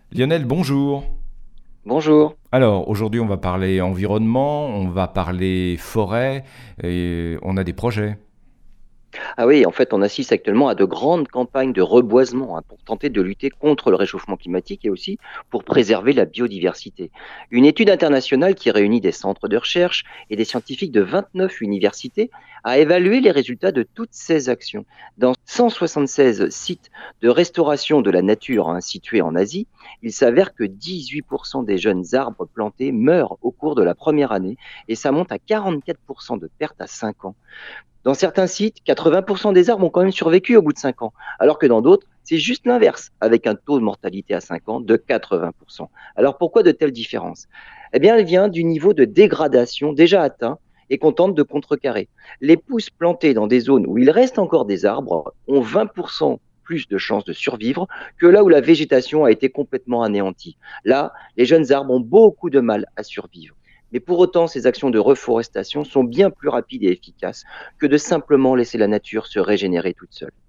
Lionel, bonjour. Bonjour. Alors, aujourd'hui, on va parler environnement, on va parler forêt, et on a des projets. Ah oui, en fait, on assiste actuellement à de grandes campagnes de reboisement pour tenter de lutter contre le réchauffement climatique et aussi pour préserver la biodiversité. Une étude internationale qui réunit des centres de recherche et des scientifiques de 29 universités a évalué les résultats de toutes ces actions. Dans 176 sites de restauration de la nature situés en Asie, il s'avère que 18% des jeunes arbres plantés meurent au cours de la première année et ça monte à 44% de pertes à 5 ans. Dans certains sites, 80% des arbres ont quand même survécu au bout de 5 ans, alors que dans d'autres, c'est juste l'inverse, avec un taux de mortalité à 5 ans de 80%. Alors pourquoi de telles différences? Eh bien, elle vient du niveau de dégradation déjà atteint et qu'on tente de contrecarrer. Les pousses plantées dans des zones où il reste encore des arbres ont 20% plus de chances de survivre que là où la végétation a été complètement anéantie. Là, les jeunes arbres ont beaucoup de mal à survivre. Mais pour autant, ces actions de reforestation sont bien plus rapides et efficaces que de simplement laisser la nature se régénérer toute seule.